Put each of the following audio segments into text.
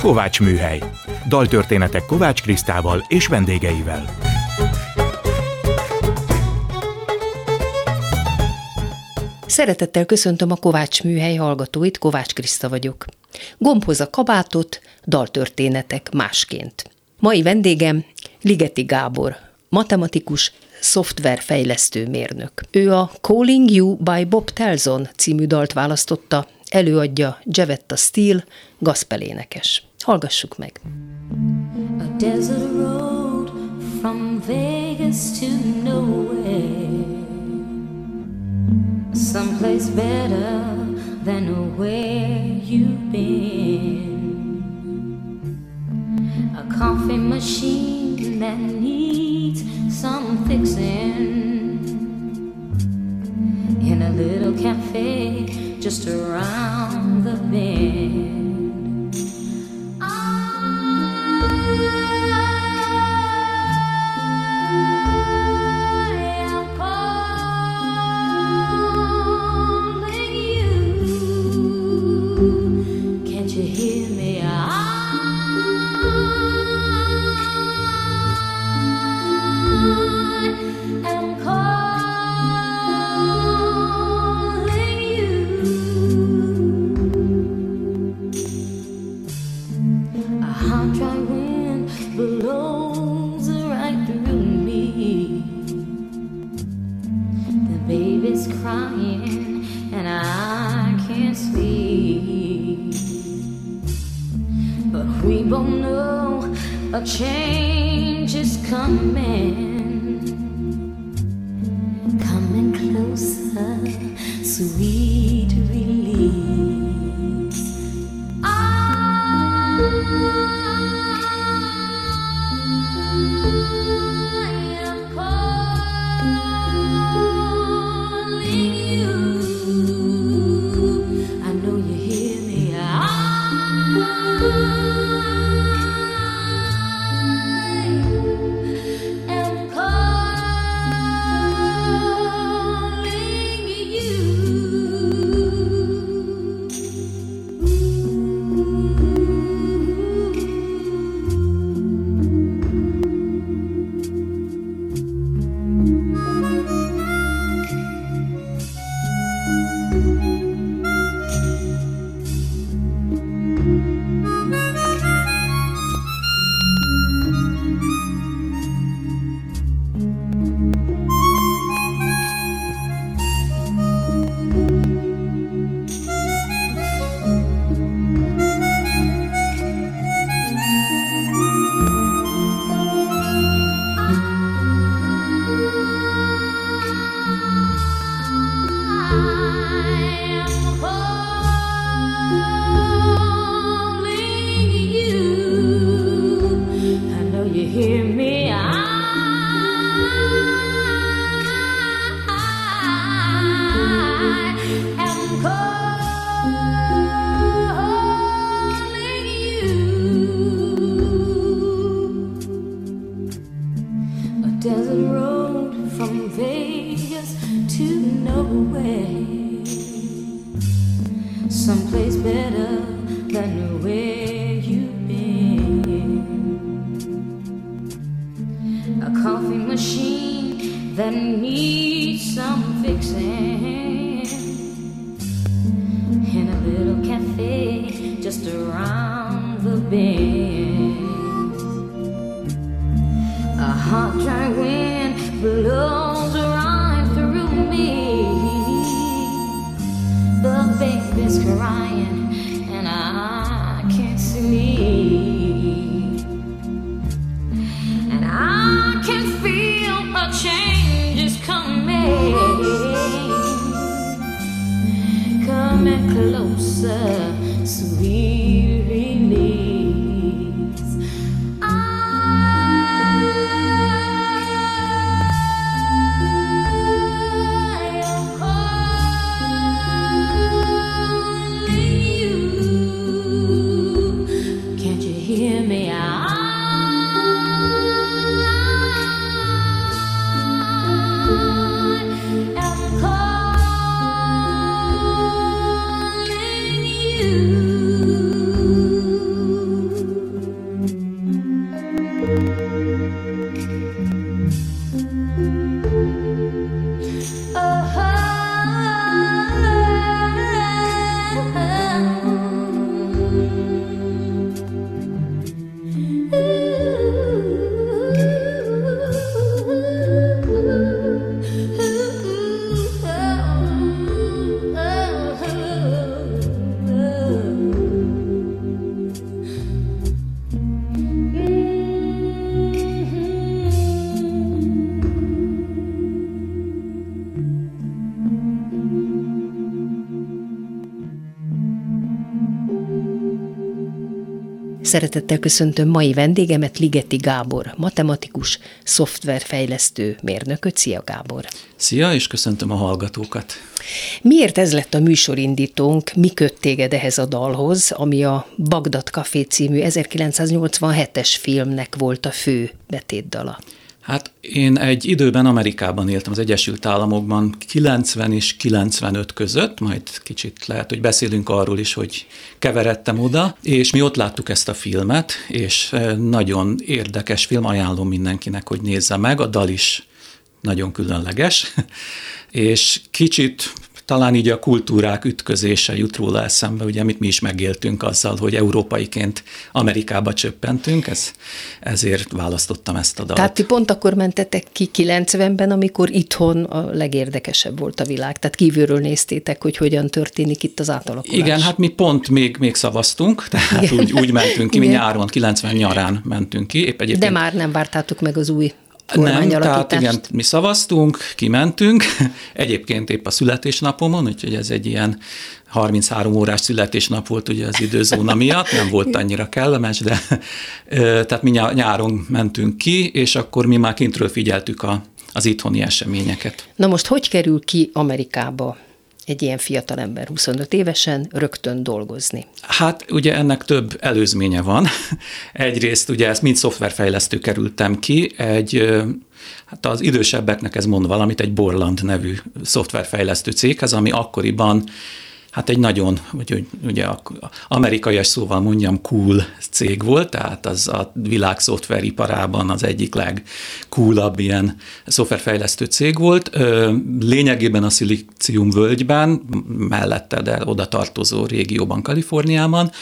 Kovács Műhely. Daltörténetek Kovács Krisztával és vendégeivel. Szeretettel köszöntöm a Kovács Műhely hallgatóit, Kovács Kriszta vagyok. Gombhoz a kabátot, daltörténetek másként. Mai vendégem Ligeti Gábor, matematikus, szoftverfejlesztő mérnök. Ő a Calling You by Bob Telson című dalt választotta, előadja Jevetta Steele, gazpelénekes. Hallgassuk meg! A desert road from Vegas to nowhere, someplace better than where you've been. A coffee machine that needs some fixing in a little cafe just around the bend. Crying and I can't sleep, but we both know a change is coming, coming closer, sweet release. You Szeretettel köszöntöm mai vendégemet, Ligeti Gábor, matematikus, szoftverfejlesztő mérnököt. Szia, Gábor! Szia, és köszöntöm a hallgatókat! Miért ez lett a műsorindítónk, mi köt téged ehhez a dalhoz, ami a Bagdad Café című 1987-es filmnek volt a fő betétdala? Hát én egy időben Amerikában éltem, az Egyesült Államokban 90 és 95 között, majd kicsit lehet, hogy beszélünk arról is, hogy keveredtem oda, és mi ott láttuk ezt a filmet, és nagyon érdekes film, ajánlom mindenkinek, hogy nézze meg, a dal is nagyon különleges, és kicsit talán így a kultúrák ütközése jut róla eszembe, ugye, amit mi is megéltünk azzal, hogy európaiként Amerikába csöppentünk, ezért választottam ezt a dalt. Tehát ti pont akkor mentetek ki 90-ben, amikor itthon a legérdekesebb volt a világ, tehát kívülről néztétek, hogy hogyan történik itt az átalakulás. Igen, hát mi pont még szavaztunk, tehát úgy mentünk ki, mi nyáron, 90 nyarán mentünk ki. Épp egyébként... De már nem vártátok meg az új Nem, tehát igen, mi szavaztunk, kimentünk, egyébként épp a születésnapomon, úgyhogy ez egy ilyen 33 órás születésnap volt ugye az időzóna miatt, nem volt annyira kellemes, de tehát mi nyáron mentünk ki, és akkor mi már kintről figyeltük az itthoni eseményeket. Na most hogy kerül ki Amerikába egy ilyen fiatalember 25 évesen rögtön dolgozni? Hát ugye ennek több előzménye van. Egyrészt ugye ezt mind szoftverfejlesztő kerültem ki, hát az idősebbeknek ez mond valamit, egy Borland nevű szoftverfejlesztő céghez, ami akkoriban hát egy nagyon, ugye amerikaias szóval mondjam, cool cég volt, tehát az a világ szoftveriparában az egyik legcoolabb ilyen szoftverfejlesztő cég volt. Lényegében a Szilícium völgyben, mellette, de oda tartozó régióban, Kaliforniában,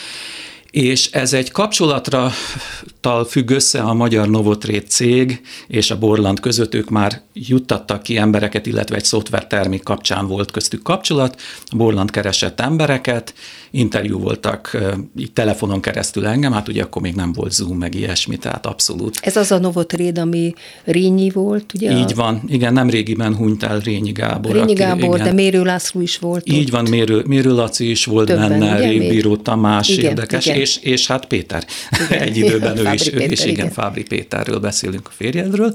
és ez egy kapcsolattal függ össze a magyar Novotrade cég és a Borland között, ők már juttattak ki embereket, illetve egy szoftvertermék kapcsán volt köztük kapcsolat. A Borland keresett embereket, interjú voltak így telefonon keresztül engem, hát ugye akkor még nem volt Zoom, meg ilyesmi, tehát abszolút. Ez az a Novotrade, ami Rényi volt, ugye? Így van, igen, nem régiben hunyt el Rényi Gábor. Rényi Gábor, igen. De Mérő László is volt így ott. Van, Mérő Laci is volt többen, benne, Révbíró Tamás, igen, érdekes, igen. És hát Péter. Igen. Egy időben ő is, Péter, igen, Fábri Péterről beszélünk, a férjedről.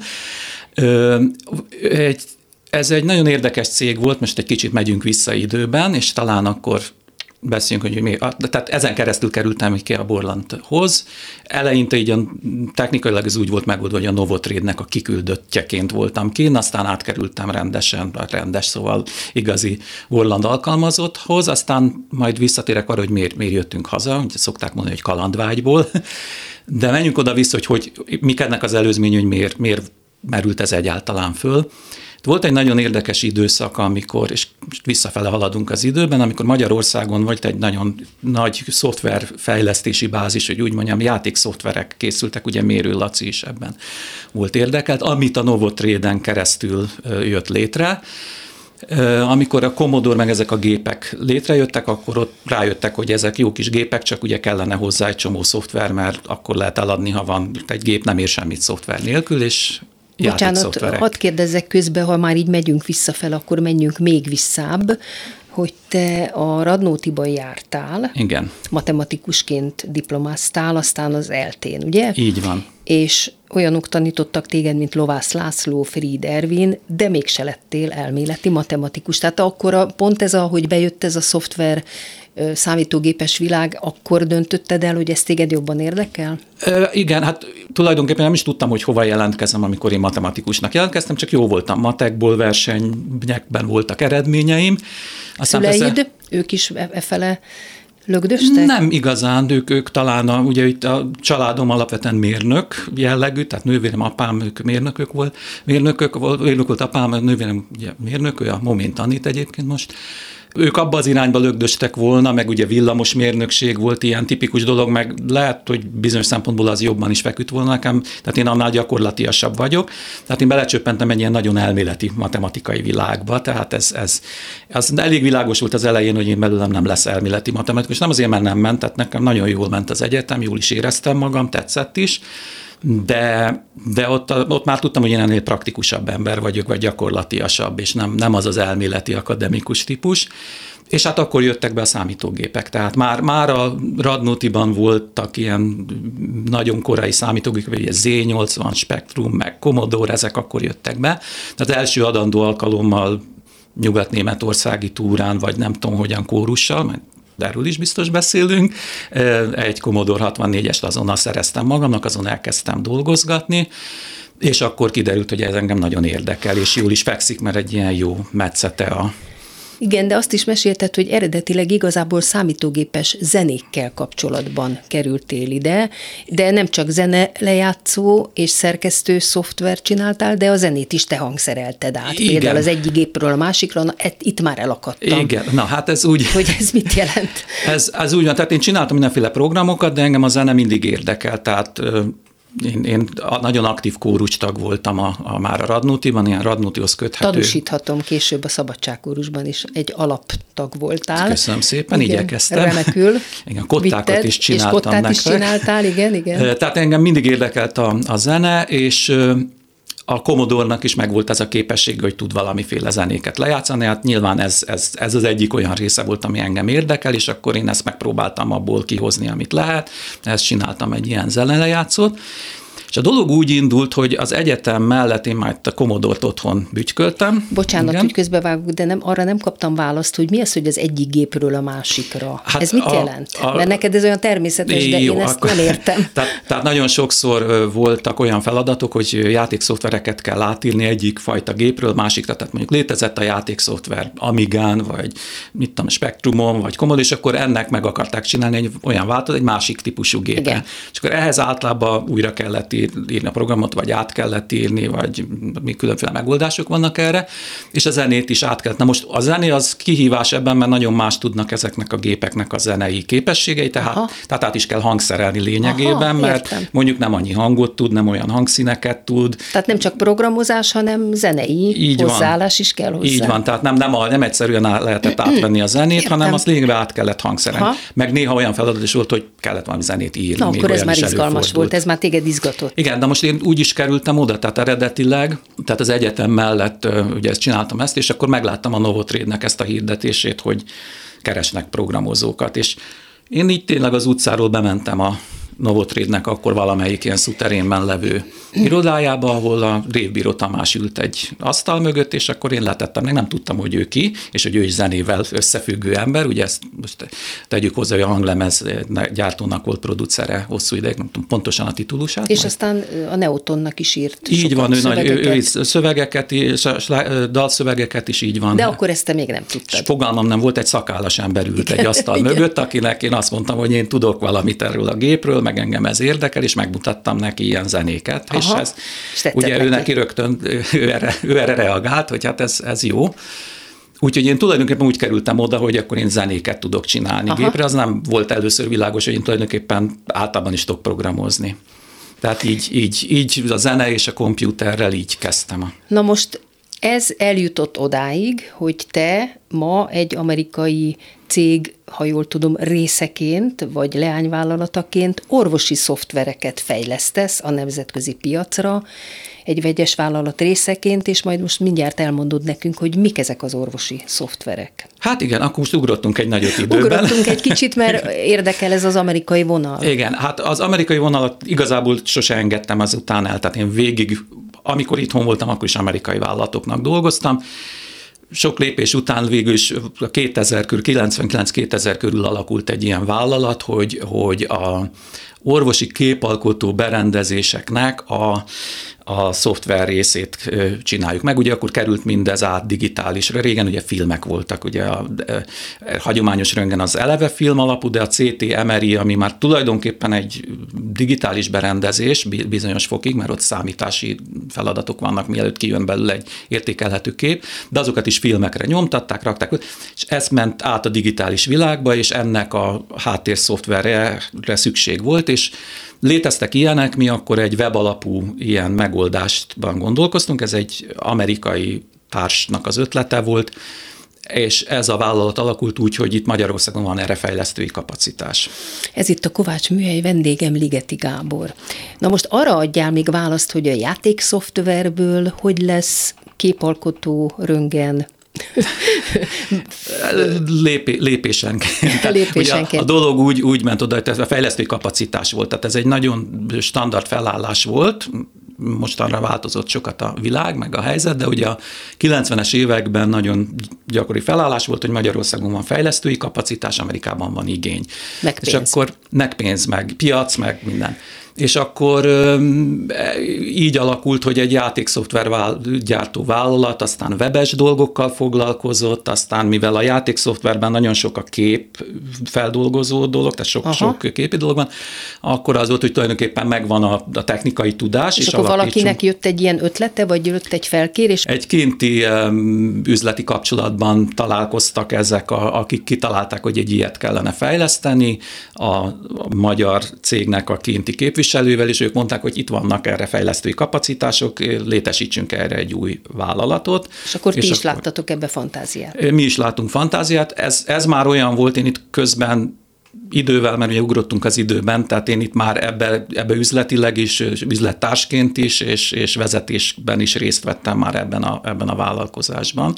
Ez egy nagyon érdekes cég volt, most egy kicsit megyünk vissza időben, és talán akkor beszéljünk, hogy tehát ezen keresztül kerültem ki a Borlandhoz. Eleinte így technikailag ez úgy volt megoldva, hogy a Novotrade-nek a kiküldöttjeként voltam kint, aztán átkerültem rendes, szóval igazi Borland alkalmazotthoz, aztán majd visszatérek arra, hogy miért jöttünk haza, ugye szokták mondani, hogy kalandvágyból, de menjünk oda-vissza, hogy mik ennek az előzmény, hogy miért merült ez egyáltalán föl. Volt egy nagyon érdekes időszak, amikor, és visszafele haladunk az időben, amikor Magyarországon volt egy nagyon nagy szoftverfejlesztési bázis, hogy úgy mondjam, játékszoftverek készültek, ugye Mérő Laci is ebben volt érdekelt, amit a Novotrade-en keresztül jött létre. Amikor a Commodore meg ezek a gépek létrejöttek, akkor ott rájöttek, hogy ezek jó kis gépek, csak ugye kellene hozzá egy csomó szoftver, mert akkor lehet eladni, ha van egy gép, nem ér semmit szoftver nélkül, és bocsánat, hadd kérdezzek közbe, ha már így megyünk visszafele, akkor menjünk még visszább, hogy te a Radnótiban jártál. Igen. Matematikusként diplomáztál, aztán az ELTén, ugye? Így van. És olyanok tanítottak téged, mint Lovász László, Fried Ervin, de mégse lettél elméleti matematikus. Tehát akkor pont ez, ahogy bejött ez a szoftver számítógépes világ, akkor döntötted el, hogy ez téged jobban érdekel? Igen, hát tulajdonképpen nem is tudtam, hogy hova jelentkezem, amikor én matematikusnak jelentkeztem, csak jó voltam matekból, versenyekben voltak eredményeim. Szüleid, ők is efele lögdöstek? Nem igazán, ők talán, ugye itt a családom alapvetően mérnök jellegű, tehát nővérem, apám, ők mérnök volt apám, nővérem ugye mérnök, ő a Momén tanít egyébként most. Ők abba az irányba lögdöstek volna, meg ugye villamos mérnökség volt ilyen tipikus dolog, meg lehet, hogy bizonyos szempontból az jobban is feküdt volna nekem, tehát én annál gyakorlatiasabb vagyok. Tehát én belecsöppentem egy ilyen nagyon elméleti matematikai világba, tehát az elég világos volt az elején, hogy én belőlem nem lesz elméleti matematikus. Nem azért, mert nem ment, tehát nekem nagyon jól ment az egyetem, jól is éreztem magam, tetszett is, de ott már tudtam, hogy én ennél praktikusabb ember vagyok, vagy gyakorlatiasabb, és nem az elméleti akademikus típus. És hát akkor jöttek be a számítógépek, tehát már a Radnótiban voltak ilyen nagyon korai számítógépek, ugye Z80, Spectrum, meg Commodore, ezek akkor jöttek be. Tehát az első adandó alkalommal nyugat-németországi túrán, vagy nem tudom hogyan kórussal, mert erről is biztos beszélünk, egy Commodore 64-est azonnal szereztem magamnak, azon elkezdtem dolgozgatni, és akkor kiderült, hogy ez engem nagyon érdekel, és jól is fekszik, mert egy ilyen jó metszete a... Igen, de azt is mesélted, hogy eredetileg igazából számítógépes zenékkel kapcsolatban kerültél ide, de nem csak zenelejátszó és szerkesztő szoftver csináltál, de a zenét is te hangszerelted át. Igen. Például az egyik gépről a másikra, itt már elakadtam. Igen, na hát ez úgy... Hogy ez mit jelent? Ez úgy van, tehát én csináltam mindenféle programokat, de engem a zene mindig érdekel, tehát... Én nagyon aktív kórustag voltam már a Radnótiban, ilyen Radnótihoz köthető. Tanúsíthatom, később a Szabadságkórusban is egy alaptag voltál. Köszönöm szépen, igen, igyekeztem. Remekül. Igen, kottákat is csináltam. És kottát is csináltál, igen. Tehát engem mindig érdekelt a zene, és a Commodore-nak is megvolt ez a képessége, hogy tud valamiféle zenéket lejátszani, hát nyilván ez az egyik olyan része volt, ami engem érdekel, és akkor én ezt megpróbáltam abból kihozni, amit lehet, ezt csináltam egy ilyen zenelejátszót. És a dolog úgy indult, hogy az egyetem mellett én már a Commodore-t otthon bütyköltem. Bocsánat, igen, hogy közbevágok, de arra nem kaptam választ, hogy mi az, hogy az egyik gépről a másikra. Hát ez mit jelent? Mert neked ez olyan természetes, de én ezt nem értem. Tehát nagyon sokszor voltak olyan feladatok, hogy játékszoftvereket kell átírni egyik fajta gépről másikra, tehát mondjuk létezett a játékszoftver Amigán, vagy mit tudom, Spectrumon, vagy Commodore, és akkor ennek meg akarták csinálni egy olyan változat, egy másik típusú gépen. És akkor ehhez általában újra kellett írni a programot, vagy át kellett írni, vagy mi különféle megoldások vannak erre, és a zenét is át kellett. Na most a zené az kihívás ebben, mert nagyon más tudnak ezeknek a gépeknek a zenei képességei, tehát át is kell hangszerelni lényegében, mert mondjuk nem annyi hangot tud, nem olyan hangszíneket tud. Tehát nem csak programozás, hanem zenei hozzáállás is kell hozzá. Így van, tehát nem egyszerűen lehetett átvenni a zenét, hanem azt lényegében át kellett hangszerelni. Meg néha olyan feladat is volt, hogy kellett valami zenét írni. Na, akkor ez már izgalmas volt, ez már téged izgatott. Igen, de most én úgy is kerültem oda, tehát eredetileg, tehát az egyetem mellett ugye csináltam ezt, és akkor megláttam a Novotrade-nek ezt a hirdetését, hogy keresnek programozókat, és én így tényleg az utcáról bementem a Novotrade-nek akkor valamelyik ilyen szuterénben levő irodájába, ahol a Révbíró Tamás ült egy asztal mögött, és akkor én letettem, nem tudtam, hogy ő ki, és hogy ő is zenével összefüggő ember, ugye ezt most tegyük hozzá, hogy a hanglemez gyártónak volt producere hosszú ideig, nem tudom pontosan a titulusát. És aztán a Neotonnak is írt. Így van, ő szövegeket, dalszövegeket is így van. De akkor ezt te még nem tudtad. És fogalmam nem volt, egy szakállas ember ült egy asztal mögött, akinek én azt mondtam, hogy én tudok valamit erről a gépről, meg engem ez érdekel, és megmutattam neki ilyen zenéket. És ez, ugye ő neki rögtön, ő erre reagált, hogy hát ez jó. Úgyhogy én tulajdonképpen úgy kerültem oda, hogy akkor én zenéket tudok csinálni gépre. Az nem volt először világos, hogy én tulajdonképpen általában is tudok programozni. Tehát így a zene és a kompjúterrel így kezdtem. Na most ez eljutott odáig, hogy te ma egy amerikai cég, ha jól tudom, részeként, vagy leányvállalataként orvosi szoftvereket fejlesztesz a nemzetközi piacra, egy vegyes vállalat részeként, és majd most mindjárt elmondod nekünk, hogy mik ezek az orvosi szoftverek. Hát igen, akkor most ugrottunk egy nagyot időben. Ugrottunk egy kicsit, mert érdekel ez az amerikai vonal. Igen, hát az amerikai vonalat igazából sose engedtem azután el, tehát én végig, amikor itthon voltam, akkor is amerikai vállalatoknak dolgoztam. Sok lépés után végül is 99-2000 körül alakult egy ilyen vállalat, hogy a orvosi képalkotó berendezéseknek a szoftver részét csináljuk meg. Ugye akkor került mindez át digitálisra. Régen ugye filmek voltak, ugye a hagyományos röntgen az eleve film alapú, de a CT, MRI, ami már tulajdonképpen egy digitális berendezés bizonyos fokig, mert ott számítási feladatok vannak, mielőtt kijön belőle egy értékelhető kép, de azokat is filmekre nyomtatták, rakták, és ez ment át a digitális világba, és ennek a háttérszoftverre szükség volt, és léteztek ilyenek, mi akkor egy webalapú ilyen megoldásban gondolkoztunk, ez egy amerikai társnak az ötlete volt, és ez a vállalat alakult úgy, hogy itt Magyarországon van erre fejlesztői kapacitás. Ez itt a Kovács Műhely, vendégem Ligeti Gábor. Na most arra adjál még választ, hogy a játékszoftverből hogy lesz képalkotó röntgen Lépésenként. A dolog úgy ment oda, hogy ez a fejlesztői kapacitás volt, tehát ez egy nagyon standard felállás volt, mostanra változott sokat a világ, meg a helyzet, de ugye a 90-es években nagyon gyakori felállás volt, hogy Magyarországon van fejlesztői kapacitás, Amerikában van igény. Meg pénz. És akkor pénz, meg piac, meg minden. És akkor így alakult, hogy egy játékszoftver gyártó vállalat, aztán webes dolgokkal foglalkozott, aztán mivel a játékszoftverben nagyon sok a kép feldolgozó dolog, tehát sok képi dolog van, akkor az volt, hogy tulajdonképpen megvan a technikai tudás. És akkor valakinek jött egy ilyen ötlete, vagy jött egy felkérés? Egy kinti üzleti kapcsolatban találkoztak ezek, akik kitalálták, hogy egy ilyet kellene fejleszteni, a magyar cégnek a kinti képviselővel, és ők mondták, hogy itt vannak erre fejlesztői kapacitások, létesítsünk erre egy új vállalatot. És akkor ti is láttatok ebbe fantáziát? Mi is látunk fantáziát. Ez már olyan volt, én itt közben idővel, mert ugye ugrottunk az időben, tehát én itt már ebbe üzletileg is, üzlettársként is, és vezetésben is részt vettem már ebben a vállalkozásban.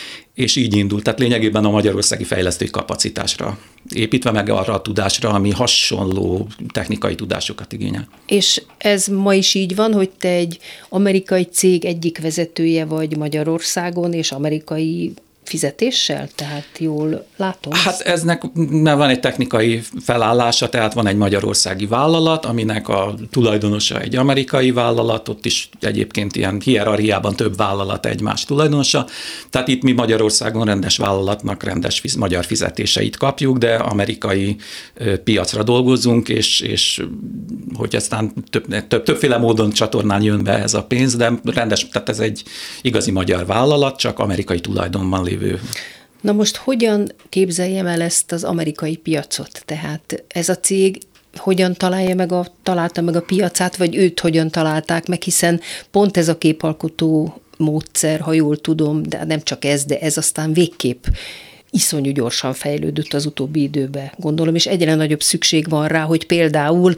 És így indult, tehát lényegében a magyarországi fejlesztői kapacitásra építve, meg arra a tudásra, ami hasonló technikai tudásokat igényel. És ez ma is így van, hogy te egy amerikai cég egyik vezetője vagy Magyarországon, és amerikai fizetéssel? Tehát jól látom? Hát eznek van egy technikai felállása, tehát van egy magyarországi vállalat, aminek a tulajdonosa egy amerikai vállalat, ott is egyébként ilyen hierarchiában több vállalat egymás tulajdonosa, tehát itt mi Magyarországon rendes vállalatnak rendes magyar fizetéseit kapjuk, de amerikai piacra dolgozunk, és hogy aztán többféle módon csatornán jön be ez a pénz, de rendes, tehát ez egy igazi magyar vállalat, csak amerikai tulajdonban lévő. Na most hogyan képzeljem el ezt az amerikai piacot? Tehát ez a cég hogyan találta meg a piacát, vagy őt hogyan találták meg, hiszen pont ez a képalkotó módszer, ha jól tudom, de nem csak ez, de ez aztán végképp iszonyú gyorsan fejlődött az utóbbi időben, gondolom, és egyre nagyobb szükség van rá, hogy például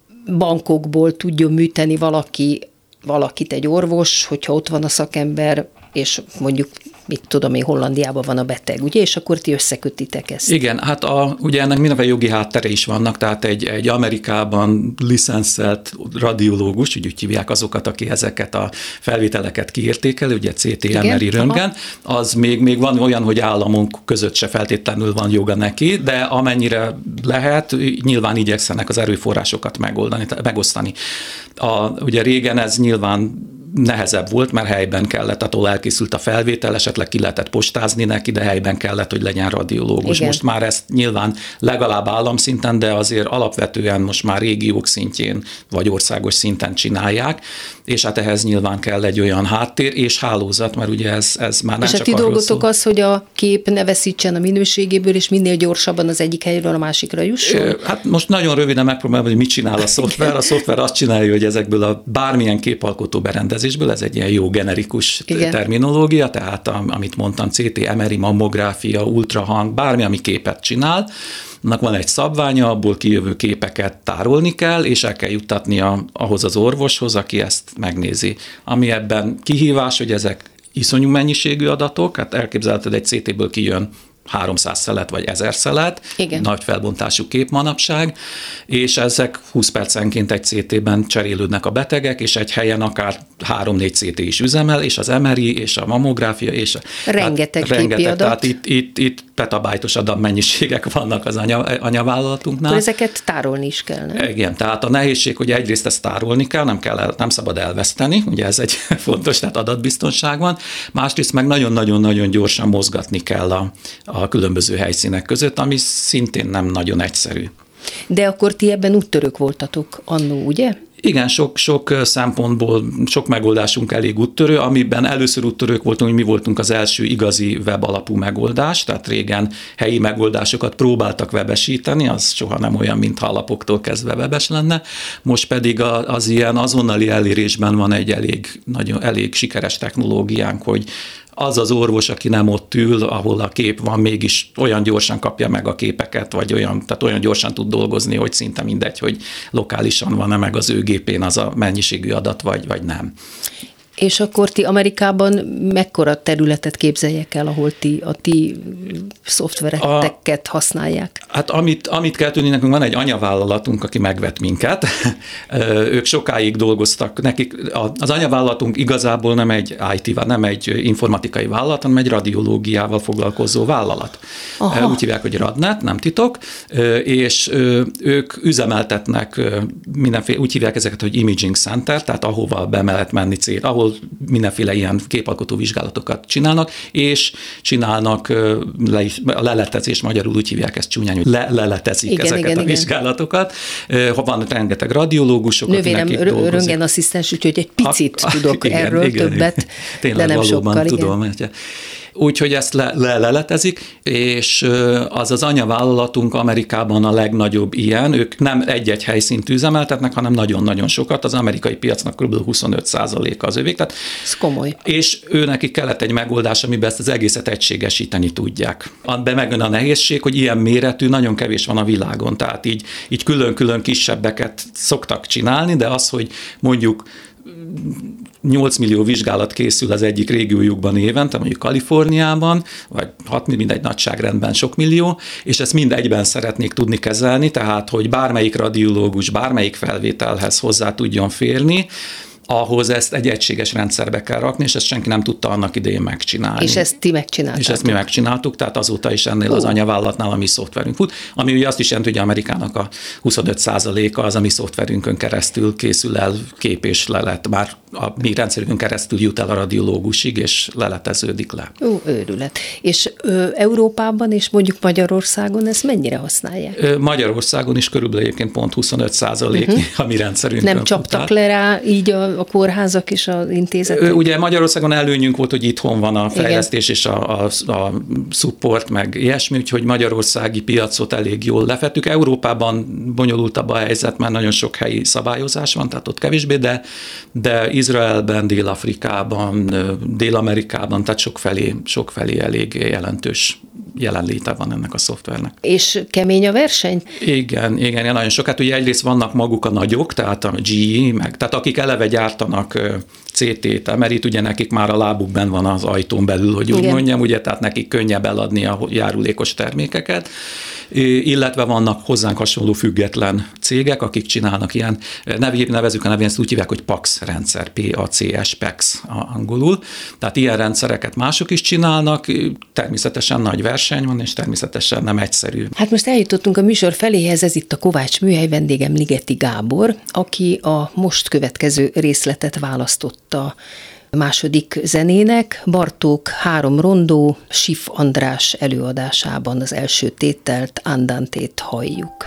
bankokból tudjon műteni valakit egy orvos, hogyha ott van a szakember, és mondjuk, mit tudom én, Hollandiában van a beteg, ugye, és akkor ti összekötitek ezt. Igen, hát ugye ennek mindenféle jogi háttere is vannak, tehát egy Amerikában licenszelt radiológus, úgy hívják azokat, aki ezeket a felvételeket kiértékel, ugye CT, MRI, röntgen, az még van olyan, hogy államunk között se feltétlenül van joga neki, de amennyire lehet, nyilván igyekszenek az erőforrásokat megosztani. Ugye régen ez nyilván nehezebb volt, mert helyben kellett, attól elkészült a felvétel, esetleg ki lehetett postázni neki, de helyben kellett, hogy legyen radiológus. Igen. Most már ezt nyilván legalább államszinten, de azért alapvetően most már régiók szintjén, vagy országos szinten csinálják, és hát ehhez nyilván kell egy olyan háttér és hálózat, mert ugye ez már nem és csak a ti dolgotok az, hogy a kép ne veszítsen a minőségéből, és minél gyorsabban az egyik helyről a másikra jusson? Hát most nagyon röviden megpróbálom, hogy mit csinál a szoftver. A szoftver azt csinálja, hogy ezekből a bármilyen képalkotó berendezésből, ez egy ilyen jó generikus terminológia, tehát amit mondtam, CT, MRI, mammográfia, ultrahang, bármi, ami képet csinál, annak van egy szabványa, abból kijövő képeket tárolni kell, és el kell juttatni ahhoz az orvoshoz, aki ezt megnézi. Ami ebben kihívás, hogy ezek iszonyú mennyiségű adatok, hát elképzelheted, egy CT-ből kijön 300 szelet vagy 1000 szelet, igen. Nagy felbontású kép manapság, és ezek 20 percenként egy CT-ben cserélődnek a betegek, és egy helyen akár 3-4 CT is üzemel, és az MRI, és a mammográfia, és rengeteg képi adat. Tehát itt petabájtos adammennyiségek vannak az anyavállalatunknál. Akkor ezeket tárolni is kell, nem? Igen, tehát a nehézség, hogy egyrészt ezt tárolni kell, nem szabad elveszteni, ugye ez egy fontos, tehát adatbiztonság van, másrészt meg nagyon-nagyon-nagyon gyorsan mozgatni kell a különböző helyszínek között, ami szintén nem nagyon egyszerű. De akkor ti ebben úttörők voltatok annó, ugye? Igen, sok szempontból, sok megoldásunk elég úttörő, amiben először úttörők voltunk, hogy mi voltunk az első igazi web alapú megoldás, tehát régen helyi megoldásokat próbáltak webesíteni, az soha nem olyan, mintha alapoktól kezdve webes lenne, most pedig az ilyen azonnali elérésben van egy elég sikeres technológiánk, hogy az orvos, aki nem ott ül, ahol a kép van, mégis olyan gyorsan kapja meg a képeket, vagy olyan gyorsan tud dolgozni, hogy szinte mindegy, hogy lokálisan van-e meg az ő gépén az a mennyiségű adat, vagy nem. És akkor ti Amerikában mekkora területet képzeljek el, ahol a ti szoftvereteket használják? Hát amit kell tudni, nekünk van egy anyavállalatunk, aki megvet minket. Ők sokáig dolgoztak, nekik az anyavállalatunk igazából nem egy IT, nem egy informatikai vállalat, hanem egy radiológiával foglalkozó vállalat. Aha. Úgy hívják, hogy Radnet, nem titok, és ők üzemeltetnek mindenféle, úgy hívják ezeket, hogy imaging center, tehát ahova be lehet menni ahol mindenféle ilyen képalkotó vizsgálatokat csinálnak, és csinálnak leletezés, magyarul úgy hívják ezt csúnyán, hogy leletezik ezeket a vizsgálatokat. Van rengeteg radiológusok, nővérem röntgenasszisztens, úgyhogy egy picit tudok erről többet, tényleg de nem sokkal. Tudom, igen. Úgyhogy ezt leletezik, és az anyavállalatunk Amerikában a legnagyobb ilyen, ők nem egy-egy helyszínt üzemeltetnek, hanem nagyon-nagyon sokat, az amerikai piacnak kb. 25%-a az övék. Tehát, ez komoly. És nekik kellett egy megoldás, amiben ezt az egészet egységesíteni tudják. Abban megön a nehézség, hogy ilyen méretű nagyon kevés van a világon, tehát így külön-külön kisebbeket szoktak csinálni, de az, hogy mondjuk 8 millió vizsgálat készül az egyik régiójukban évente, mondjuk Kaliforniában, vagy 6 mindegy nagyságrendben sok millió, és ezt mind egyben szeretnék tudni kezelni, tehát hogy bármelyik radiológus bármelyik felvételhez hozzá tudjon férni, ahhoz ezt egy egységes rendszerbe kell rakni, és ezt senki nem tudta annak idején megcsinálni. És ezt ti megcsináltátok. És ezt mi megcsináltuk, tehát azóta is ennél az anyavállalatnál a mi szoftverünk fut, ami ugye azt is jelenti, hogy Amerikának a 25%-a az a mi szoftverünkön keresztül készül el kép és lelet, bár a mi rendszerünkön keresztül jut el a radiológusig, és leleteződik le. Őrület. És Európában és mondjuk Magyarországon ezt mennyire használják? Magyarországon is körülbelül egyébként pont 25% a mi rendszerünkön. Nem csaptak le rá így a kórházak és az intézetek? Ugye Magyarországon előnyünk volt, hogy itthon van a fejlesztés és a support, meg ilyesmi, úgyhogy magyarországi piacot elég jól lefettük. Európában bonyolultabb a helyzet, mert nagyon sok helyi szabályozás van, tehát ott kevésbé, de Izraelben, Dél-Afrikában, Dél-Amerikában, tehát sokfelé elég jelentős jelenléte van ennek a szoftvernek. És kemény a verseny? Igen, nagyon sok. Hát ugye egyrészt vannak maguk a nagyok, tehát a GE, tehát akik eleve gyártanak CT-t, mert itt ugye nekik már a lábuk benn van az ajtón belül, hogy úgy mondjam, ugye, tehát nekik könnyebb eladni a járulékos termékeket, illetve vannak hozzánk hasonló független cégek, akik csinálnak ilyen, nevezzük a nevén, ezt úgy hívják, hogy PACS rendszer, PACS, PACS angolul, tehát ilyen rendszereket mások is csinálnak, természetesen nagy verseny van, és természetesen nem egyszerű. Hát most eljutottunk a műsor feléhez, ez itt a Kovács Műhely, vendégem Ligeti Gábor, aki a most következő részletet választotta második zenének. Bartók 3 rondó, Sif András előadásában az első tételt, Andantét halljuk.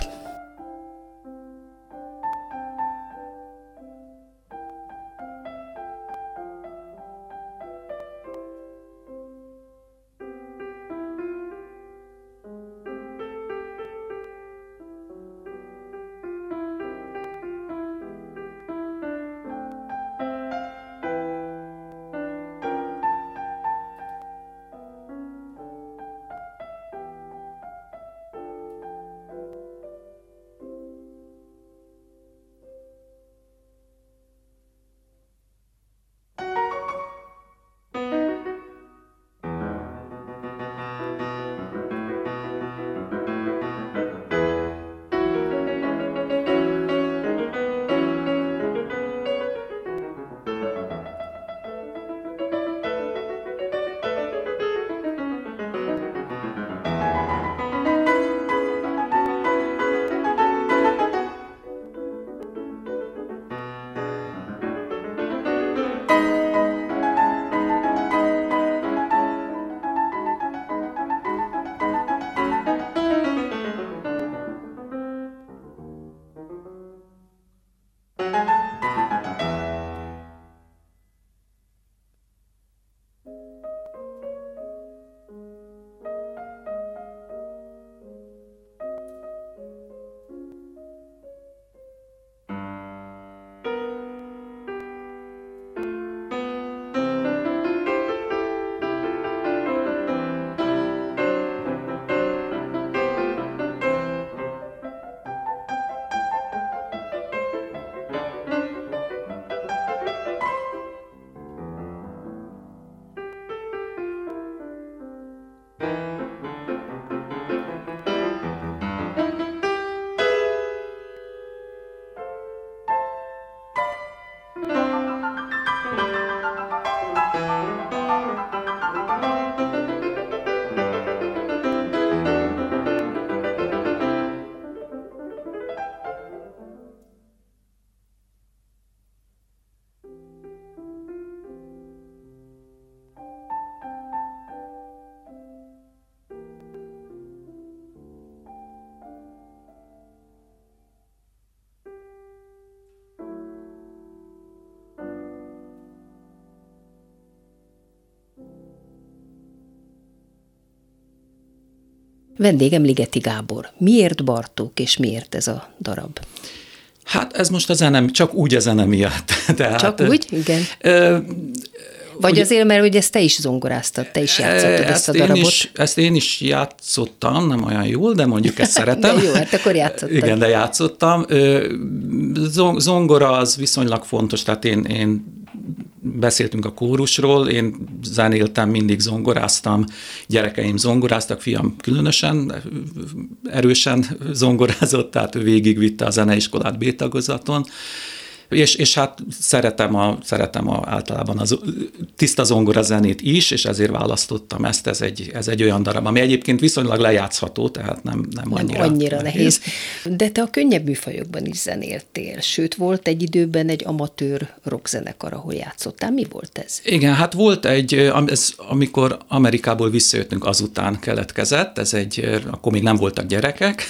Vendégem Ligeti Gábor. Miért Bartók, és miért ez a darab? Hát ez most a zene, csak úgy a zene miatt. Tehát, csak úgy? Igen. Vagy ugye, azért, mert hogy ezt te is zongoráztad, te is játszottad ezt a darabot. Ezt én is játszottam, nem olyan jól, de mondjuk ezt szeretem. De jó, hát akkor játszottad. Igen, de játszottam. Zongora az viszonylag fontos, tehát én beszéltünk a kórusról, én zenéltem, mindig zongoráztam, gyerekeim zongoráztak, fiam különösen erősen zongorázott, tehát ő végigvitte a zeneiskolát B-tagozaton, és hát szeretem általában az tiszta zongora zenét is, és ezért választottam ezt, ez egy olyan darab, ami egyébként viszonylag lejátszható, tehát nem annyira nehéz. De te a könnyebb műfajokban is zenéltél, sőt volt egy időben egy amatőr rockzenekar, ahol játszottál. Mi volt ez? Igen, hát volt amikor Amerikából visszajöttünk, azután keletkezett, akkor még nem voltak gyerekek,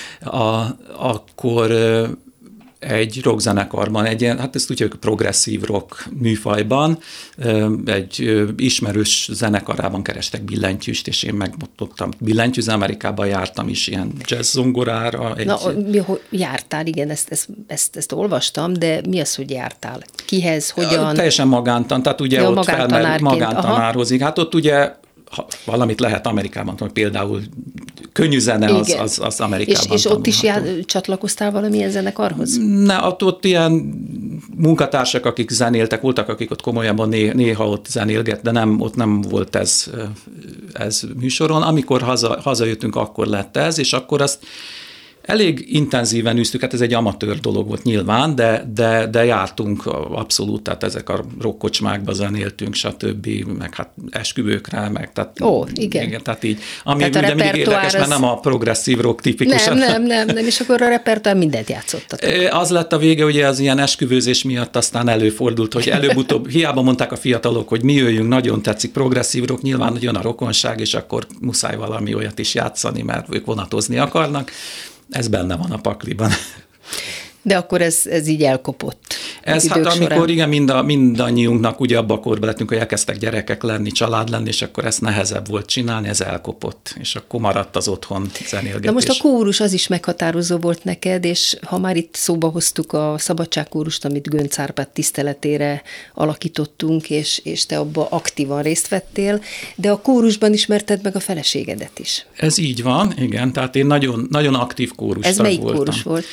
akkor egy rockzenekarban, hát ezt úgy hívjuk progresszív rock műfajban, egy ismerős zenekarában kerestek billentyűst, és én megmondtam billentyűz, Amerikában jártam is ilyen jazz zongorára. Jártál, igen, ezt olvastam, de mi az, hogy jártál? Kihez, hogyan? Teljesen magántan, tehát ugye ott felmerült magántanárhoz. Hát ott ugye valamit lehet Amerikában, hogy például könnyű zene az Amerikában. És ott is csatlakoztál valamilyen zenekarhoz? Ne, ott ilyen munkatársak, akik zenéltek, voltak, akik ott komolyabban néha ott zenélget, de ott nem volt ez műsoron. Amikor hazajöttünk, akkor lett ez, és akkor azt elég intenzíven űztük, hát ez egy amatőr dolog volt nyilván, de jártunk abszolút, tehát ezek a rockkocsmákba zenéltünk, stb., meg hát esküvőkre, meg tehát... Igen. Tehát így, ami tehát ugye mindig érdekes, mert nem a progresszív rock tipikusan. Nem, és akkor a repertoár mindent játszottatok. Az lett a vége, ugye az ilyen esküvőzés miatt aztán előfordult, hogy előbb-utóbb hiába mondták a fiatalok, hogy mi jöjjünk, nagyon tetszik progresszív rock, nyilván jön a rokonság, és akkor muszáj valami olyat is játszani, mert ők vonatozni akarnak. Ez benne van a pakliban. De akkor ez így elkopott. Ez hát amikor igen, mindannyiunknak ugye abba a korba lettünk, hogy elkezdtek gyerekek lenni, család lenni, és akkor ezt nehezebb volt csinálni, ez elkopott, és akkor maradt az otthon zenélgetés. Na most a kórus az is meghatározó volt neked, és ha már itt szóba hoztuk a szabadságkórust, amit Göncz Árpád tiszteletére alakítottunk, és te abba aktívan részt vettél, de a kórusban ismerted meg a feleségedet is. Ez így van, igen, tehát én nagyon, nagyon aktív kórustag voltam. Ez melyik kórus volt?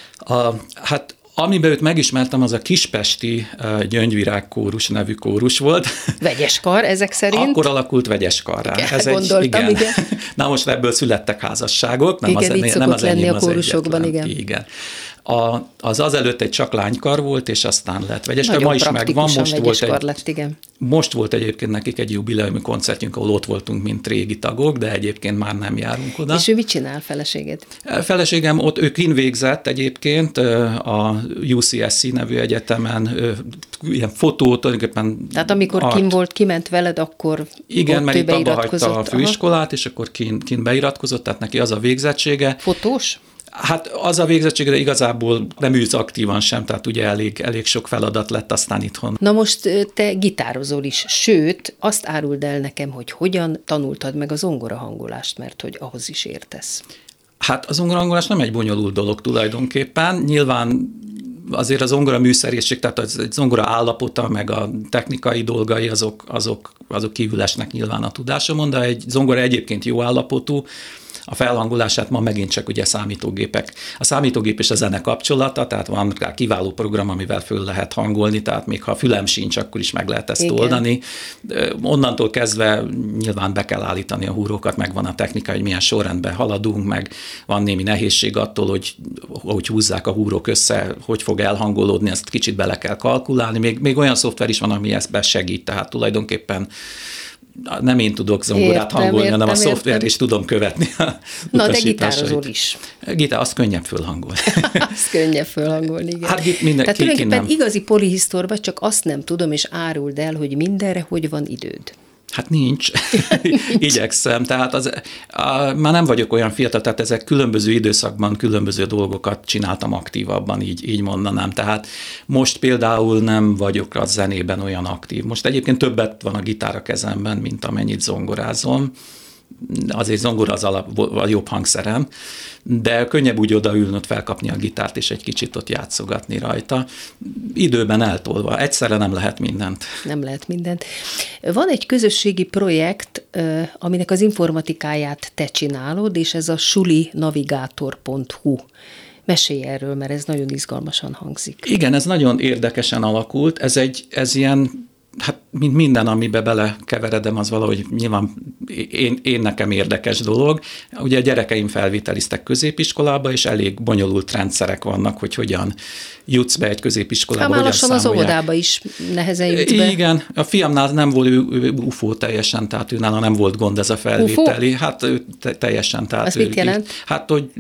Hát amiben őt megismertem, az a kispesti Gyöngyvirág kórus nevű kórus volt. Vegyeskar ezek szerint? Akkor alakult vegyeskarrá. Igen. Na most ebből születtek házasságok. Nem igen, az, így szokott lenni a kórusokban, igen. Azelőtt egy csak lánykar volt, és aztán lett vegyeskar. Ma is megvan. Most volt egyébként nekik egy jubileumi koncertjünk, ahol ott voltunk, mint régi tagok, de egyébként már nem járunk oda. És ő mit csinál, feleséged? Feleségem ő kint végzett egyébként a UCSC nevű egyetemen, ilyen fotót, tulajdonképpen tehát amikor kiment veled, akkor igen, mert itt abba hagyta a főiskolát, és akkor kint beiratkozott, tehát neki az a végzettsége. Fotós? Hát az a végzettsége, de igazából nem ülsz aktívan sem, tehát ugye elég sok feladat lett aztán itthon. Na most te gitározol is, sőt, azt áruld el nekem, hogy hogyan tanultad meg a zongorahangolást, mert hogy ahhoz is értesz. Hát a zongorahangolás nem egy bonyolult dolog tulajdonképpen, nyilván azért a zongora műszerészség, tehát a zongora állapota, meg a technikai dolgai, azok kívül esnek nyilván a tudásomon, de egy zongora egyébként jó állapotú, a felhangolását ma megint csak ugye számítógépek. A számítógép és a zene kapcsolata, tehát van kiváló program, amivel föl lehet hangolni, tehát még ha fülem sincs, akkor is meg lehet ezt oldani. Onnantól kezdve nyilván be kell állítani a húrókat, meg van a technika, hogy milyen sorrendben haladunk, meg van némi nehézség attól, hogy húzzák a húrok össze, hogy fog elhangolódni, ezt kicsit bele kell kalkulálni. Még olyan szoftver is van, ami ezt segít, tehát tulajdonképpen nem én tudok zongorát hangolni, hanem a szoftver is tudom követni a utasításait. Na, de gitározol is. Gitár, azt könnyebb fölhangolni. Azt könnyebb fölhangolni, igen. Hát tehát tulajdonképpen igazi polihisztorban csak azt nem tudom, és áruld el, hogy mindenre hogy van időd. Hát nincs. Igyekszem. Tehát már nem vagyok olyan fiatal, tehát ezek különböző időszakban különböző dolgokat csináltam aktívabban, így mondanám. Tehát most például nem vagyok a zenében olyan aktív. Most egyébként többet van a gitár a kezemben, mint amennyit zongorázom. azért zongora az a jobb hangszerem, de könnyebb úgy odaülni, ott felkapni a gitárt, és egy kicsit ott játszogatni rajta. Időben eltolva. Egyszerre nem lehet mindent. Nem lehet mindent. Van egy közösségi projekt, aminek az informatikáját te csinálod, és ez a sulinavigator.hu. Mesélj erről, mert ez nagyon izgalmasan hangzik. Igen, ez nagyon érdekesen alakult. Ez ilyen, hát mint minden, amiben belekeveredem, az valahogy nyilván én nekem érdekes dolog. Ugye a gyerekeim felvételiztek középiskolába, és elég bonyolult rendszerek vannak, hogy hogyan jutsz be egy középiskolába. Már lassan az óvodába is nehezen jutsz be. Igen, a fiamnál nem volt ő UFO teljesen, tehát őnála nem volt gond ez a felvételi. UFO? Hát ő teljesen. Tehát az mit jelent? Hát, hogy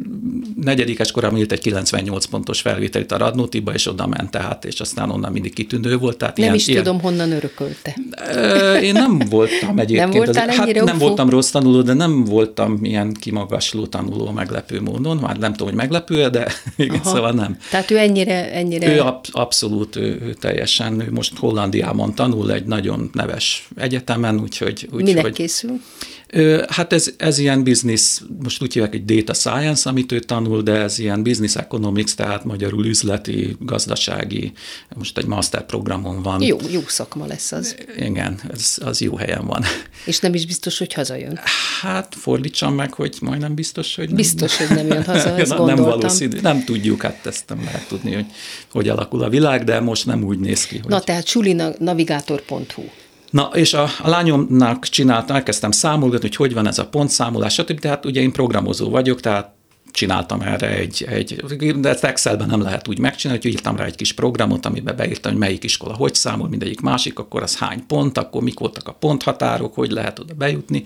4. korában írt egy 98 pontos felvételit a Radnótiba, és oda ment tehát, és aztán onnan mindig kitűnő volt. Tehát nem is tudom, honnan örökölte. Én nem voltam egyébként. Nem voltál ennyire nem voltam rossz tanuló, de nem voltam ilyen kimagasló tanuló meglepő módon. Már nem tudom, hogy meglepő, de igen, szóval nem. Tehát ő ennyire... Ő abszolút, ő teljesen, ő most Hollandiában tanul egy nagyon neves egyetemen, úgyhogy... Minek készül? Hát ez ilyen business, most úgy hívják, egy data science, amit ő tanul, de ez ilyen business economics, tehát magyarul üzleti, gazdasági, most egy master programon van. Jó szakma lesz az. Igen, az jó helyen van. És nem is biztos, hogy hazajön. Hát fordítsam meg, hogy majdnem biztos, hogy nem. Biztos, hogy nem jön haza, ezt gondoltam. Nem valószínű, nem tudjuk, hát ezt nem lehet tudni, hogy alakul a világ, de most nem úgy néz ki. Hogy... Na, tehát sulinavigator.hu. Na, és a lányomnak elkezdtem számolgatni, hogy van ez a pontszámolás, stb. Tehát ugye én programozó vagyok, tehát csináltam erre de ezt Excelben nem lehet úgy megcsinálni, hogy írtam rá egy kis programot, amiben beírtam, hogy melyik iskola hogy számol, mindegyik másik, akkor az hány pont, akkor mik voltak a ponthatárok, hogy lehet oda bejutni.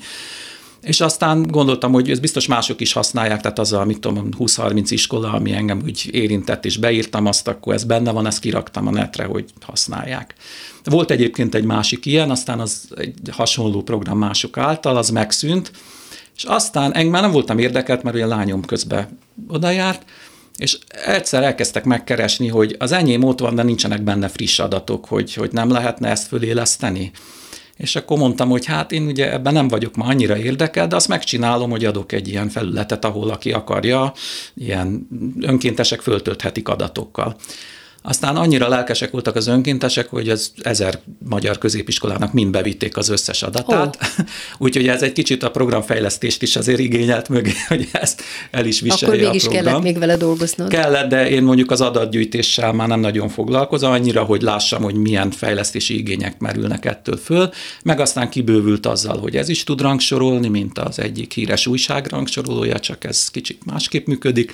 És aztán gondoltam, hogy ezt biztos mások is használják, tehát az a, 20-30 iskola, ami engem úgy érintett, és beírtam azt, akkor ez benne van, ezt kiraktam a netre, hogy használják. Volt egyébként egy másik ilyen, aztán az egy hasonló program mások által, az megszűnt, és aztán engem már nem voltam érdekelt, mert ugye a lányom közben odajárt, és egyszer elkezdtek megkeresni, hogy az enyém ott van, de nincsenek benne friss adatok, hogy nem lehetne ezt föléleszteni. És akkor mondtam, hogy hát én ugye ebben nem vagyok ma annyira érdekelt, de azt megcsinálom, hogy adok egy ilyen felületet, ahol aki akarja, ilyen önkéntesek föltölthetik adatokkal. Aztán annyira lelkesek voltak az önkéntesek, hogy az 1000 magyar középiskolának mind bevitték az összes adatát. Úgyhogy ez egy kicsit a programfejlesztést is azért igényelt mögé, hogy ezt el is viselje akkor a program. Akkor mégis kellett még vele dolgoznod. Kellett, de én mondjuk az adatgyűjtéssel már nem nagyon foglalkozom, annyira, hogy lássam, hogy milyen fejlesztési igények merülnek ettől föl. Meg aztán kibővült azzal, hogy ez is tud rangsorolni, mint az egyik híres újság rangsorolója, csak ez kicsit másképp működik.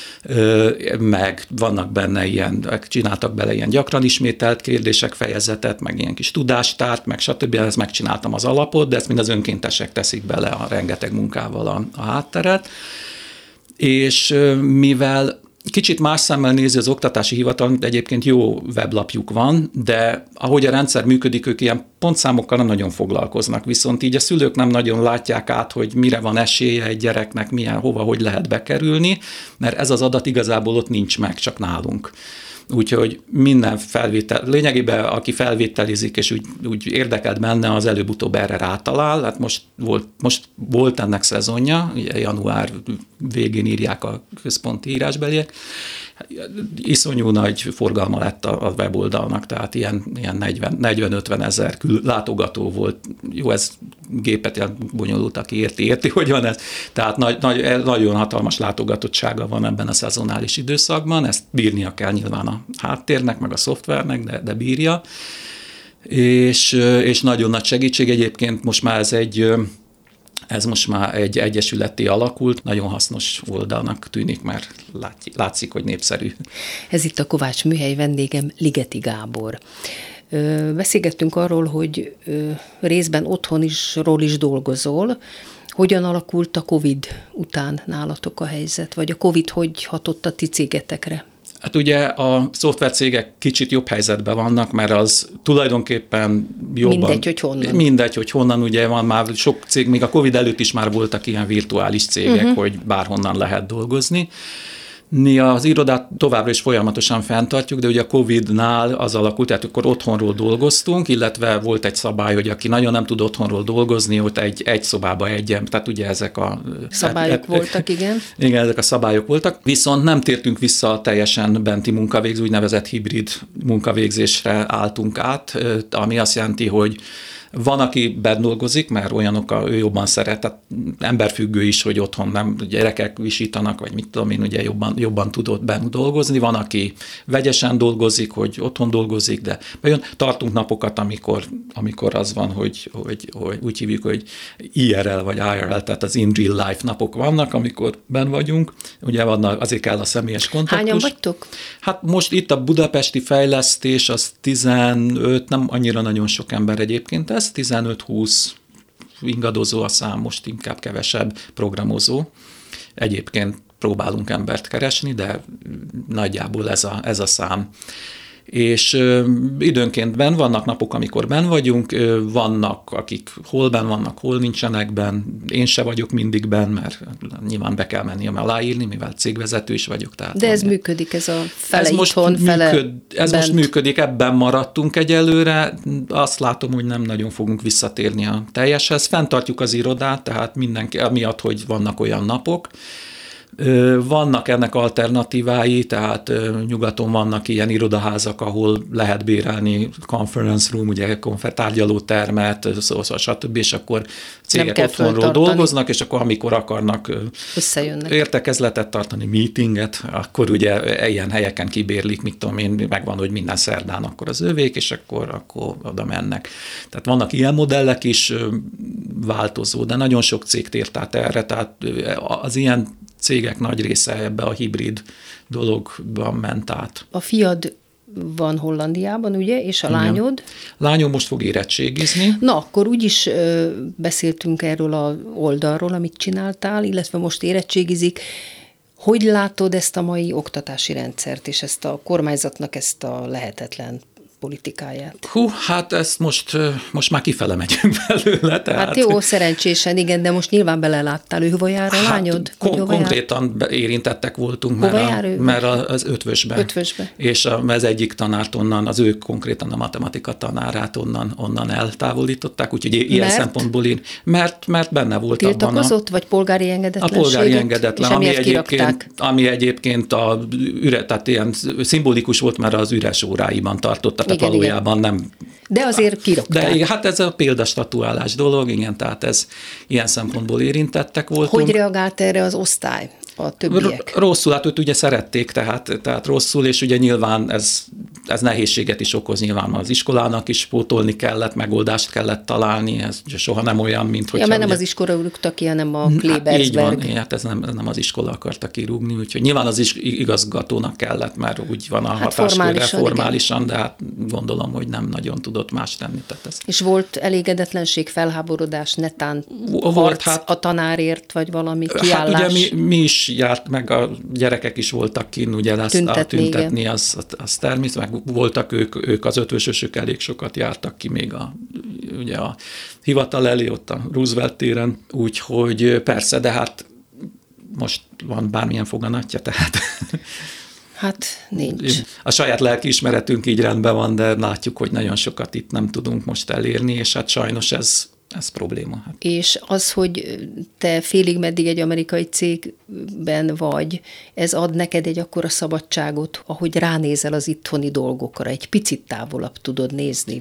Meg vannak benne csináltak bele ilyen gyakran ismételt kérdések fejezetet, meg ilyen kis tudástárt, meg stb. Ezt megcsináltam az alapot, de ezt mind az önkéntesek teszik bele a rengeteg munkával a hátteret. És mivel kicsit más szemmel nézi az oktatási hivatal, egyébként jó weblapjuk van, de ahogy a rendszer működik, ők ilyen pontszámokkal nem nagyon foglalkoznak, viszont így a szülők nem nagyon látják át, hogy mire van esélye egy gyereknek, hogy lehet bekerülni, mert ez az adat igazából ott nincs meg, csak nálunk. Úgyhogy minden felvétel, lényegében aki felvételizik, és úgy érdekelt benne, az előbb-utóbb erre rátalál. Hát most volt ennek szezonja, ugye január végén írják a központi írásbeliek. Iszonyú nagy forgalma lett a weboldalnak, tehát ilyen 40-50 ezer látogató volt. Jó, ez gépet ilyen bonyolult, aki érti, hogy van ez. Tehát nagyon hatalmas látogatottsága van ebben a szezonális időszakban, ezt bírnia kell nyilván a háttérnek, meg a szoftvernek, de bírja. És nagyon nagy segítség egyébként most már ez most már egy egyesületté alakult, nagyon hasznos oldalnak tűnik, mert látszik, hogy népszerű. Ez itt a Kovács Műhely, vendégem Ligeti Gábor. Beszélgettünk arról, hogy részben otthonról is dolgozol. Hogyan alakult a Covid után nálatok a helyzet, vagy a Covid hogy hatott a ti cégetekre? Hát ugye a szoftvercégek kicsit jobb helyzetben vannak, mert az tulajdonképpen jobban... Mindegy, hogy honnan. Ugye van már sok cég, még a Covid előtt is már voltak ilyen virtuális cégek, hogy bárhonnan lehet dolgozni. Mi az irodát továbbra is folyamatosan fenntartjuk, de ugye a Covid-nál az alakult, tehát akkor otthonról dolgoztunk, illetve volt egy szabály, hogy aki nagyon nem tud otthonról dolgozni, ott egy szobába egyen, tehát ugye ezek a szabályok voltak, igen. Igen, ezek a szabályok voltak, viszont nem tértünk vissza a teljesen benti munkavégzés, úgynevezett hibrid munkavégzésre álltunk át, ami azt jelenti, hogy van, aki bent dolgozik, mert olyanok ő jobban szeret, tehát emberfüggő is, hogy otthon nem gyerekek visítanak, vagy mit tudom én, ugye jobban tudott bent dolgozni. Van, aki vegyesen dolgozik, hogy otthon dolgozik, de bejön. Tartunk napokat, amikor az van, hogy úgy hívjuk, hogy IRL vagy IRL, tehát az in real life napok vannak, amikor benn vagyunk. Ugye vannak, azért kell a személyes kontaktus. Hányan vagytok? Hát most itt a budapesti fejlesztés, az 15, nem annyira nagyon sok ember egyébként, ez 15-20 ingadozó a szám, most inkább kevesebb programozó. Egyébként próbálunk embert keresni, de nagyjából ez a szám. És időnként benn vannak napok, amikor benn vagyunk, vannak, akik hol benn vannak, hol nincsenek benn. Én se vagyok mindig benn, mert nyilván be kell menni aláírni, mivel cégvezető is vagyok. Tehát de ez működik, ez a fele itthon, fele ez bent. most működik, ebben maradtunk egyelőre. Azt látom, hogy nem nagyon fogunk visszatérni a teljeshez. Fenntartjuk az irodát, tehát mindenki, amiatt, hogy vannak olyan napok. Vannak ennek alternatívái, tehát nyugaton vannak ilyen irodaházak, ahol lehet bérelni conference room, ugye tárgyalótermet, stb. És akkor cégek otthonról dolgoznak, és akkor amikor akarnak értekezletet tartani, meetinget, akkor ugye ilyen helyeken kibérlik, mit tudom én, megvan, hogy minden szerdán akkor az övék, és akkor oda mennek. Tehát vannak ilyen modellek is, változó, de nagyon sok cég tért át erre, tehát az ilyen cégek nagy része ebbe a hibrid dologban ment át. A fiad van Hollandiában, ugye, és a lányod? Lányom most fog érettségizni. Na, akkor úgyis beszéltünk erről az oldalról, amit csináltál, illetve most érettségizik. Hogy látod ezt a mai oktatási rendszert, és ezt a kormányzatnak ezt a lehetetlen politikáját? Hát ezt most már kifele megyünk belőle. Tehát... Hát jó, szerencsésen, igen, de most nyilván beleláttál. Ő hova jár a lányod? Konkrétan érintettek voltunk, mert az ötvösben. És az egyik tanárt onnan, az ő konkrétan a matematika tanárát onnan eltávolították, úgyhogy ilyen szempontból mert benne volt tiltakozott, vagy polgári engedetlenséget? A polgári engedetlen, ami egyébként tehát ilyen szimbolikus volt, mert az üres óráiban tartott, tehát valójában nem. De azért kirogták. De hát ez a példastatuálás dolog, igen, tehát ez ilyen szempontból érintettek voltunk. Hogy reagált erre az osztály, a többiek? Rosszul, hát őt ugye szerették, tehát rosszul, és ugye nyilván ez nehézséget is okoz, nyilván az iskolának is pótolni kellett, megoldást kellett találni, ez soha nem olyan, mint hogyha... Ja, mert nem az iskola rúgta ki, hanem a Klebersberg. Így van, hát ez nem az iskola akarta kirúgni, úgyhogy nyilván az igazgatónak kellett, mert úgy van a hatáskörre formálisan, de hát gondolom, hogy nem nagyon tudott más tenni. Tehát ez. És volt elégedetlenség, felháborodás, netán harc a tanárért, vagy valami kiállás? Hát ugye mi is járt, meg a gyerekek is voltak kint, ugye tüntetni az természetesen, meg voltak ők az ötvösösök elég sokat jártak ki még ugye a hivatal elé, ott a Roosevelt téren, úgyhogy persze, de hát most van bármilyen foganatja, tehát... Hát nincs. A saját lelkiismeretünk így rendben van, de látjuk, hogy nagyon sokat itt nem tudunk most elérni, és hát sajnos ez probléma. Hát. És az, hogy te félig meddig egy amerikai cégben vagy, ez ad neked egy akkora szabadságot, ahogy ránézel az itthoni dolgokra, egy picit távolabb tudod nézni,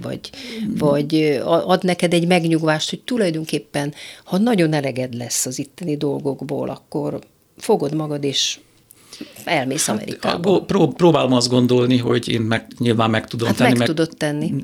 vagy ad neked egy megnyugvást, hogy tulajdonképpen, ha nagyon eleged lesz az itteni dolgokból, akkor fogod magad és elmész Amerikába. Próbálom azt gondolni, hogy én nyilván meg tudom tenni. Meg tudod tenni.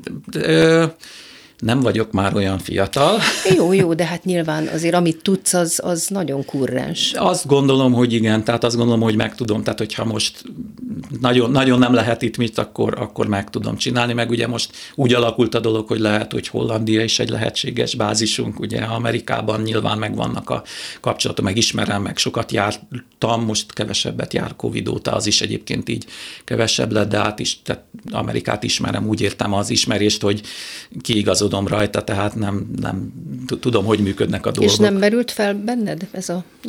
Nem vagyok már olyan fiatal. Jó, de hát nyilván azért amit tudsz, az nagyon kurrens. Azt gondolom, hogy igen, tehát azt gondolom, hogy meg tudom, tehát hogyha most nagyon, nagyon nem lehet itt mit, akkor meg tudom csinálni, meg ugye most úgy alakult a dolog, hogy lehet, hogy Hollandia is egy lehetséges bázisunk, ugye Amerikában nyilván megvannak a kapcsolatok, meg ismerem, meg sokat jártam, most kevesebbet jár Covid óta, az is egyébként így kevesebb lett, de tehát Amerikát ismerem, úgy értem az ismerést, hogy kiigazodom rajta, tehát nem tudom, hogy működnek a dolgok. És nem merült fel benned ez a dolog?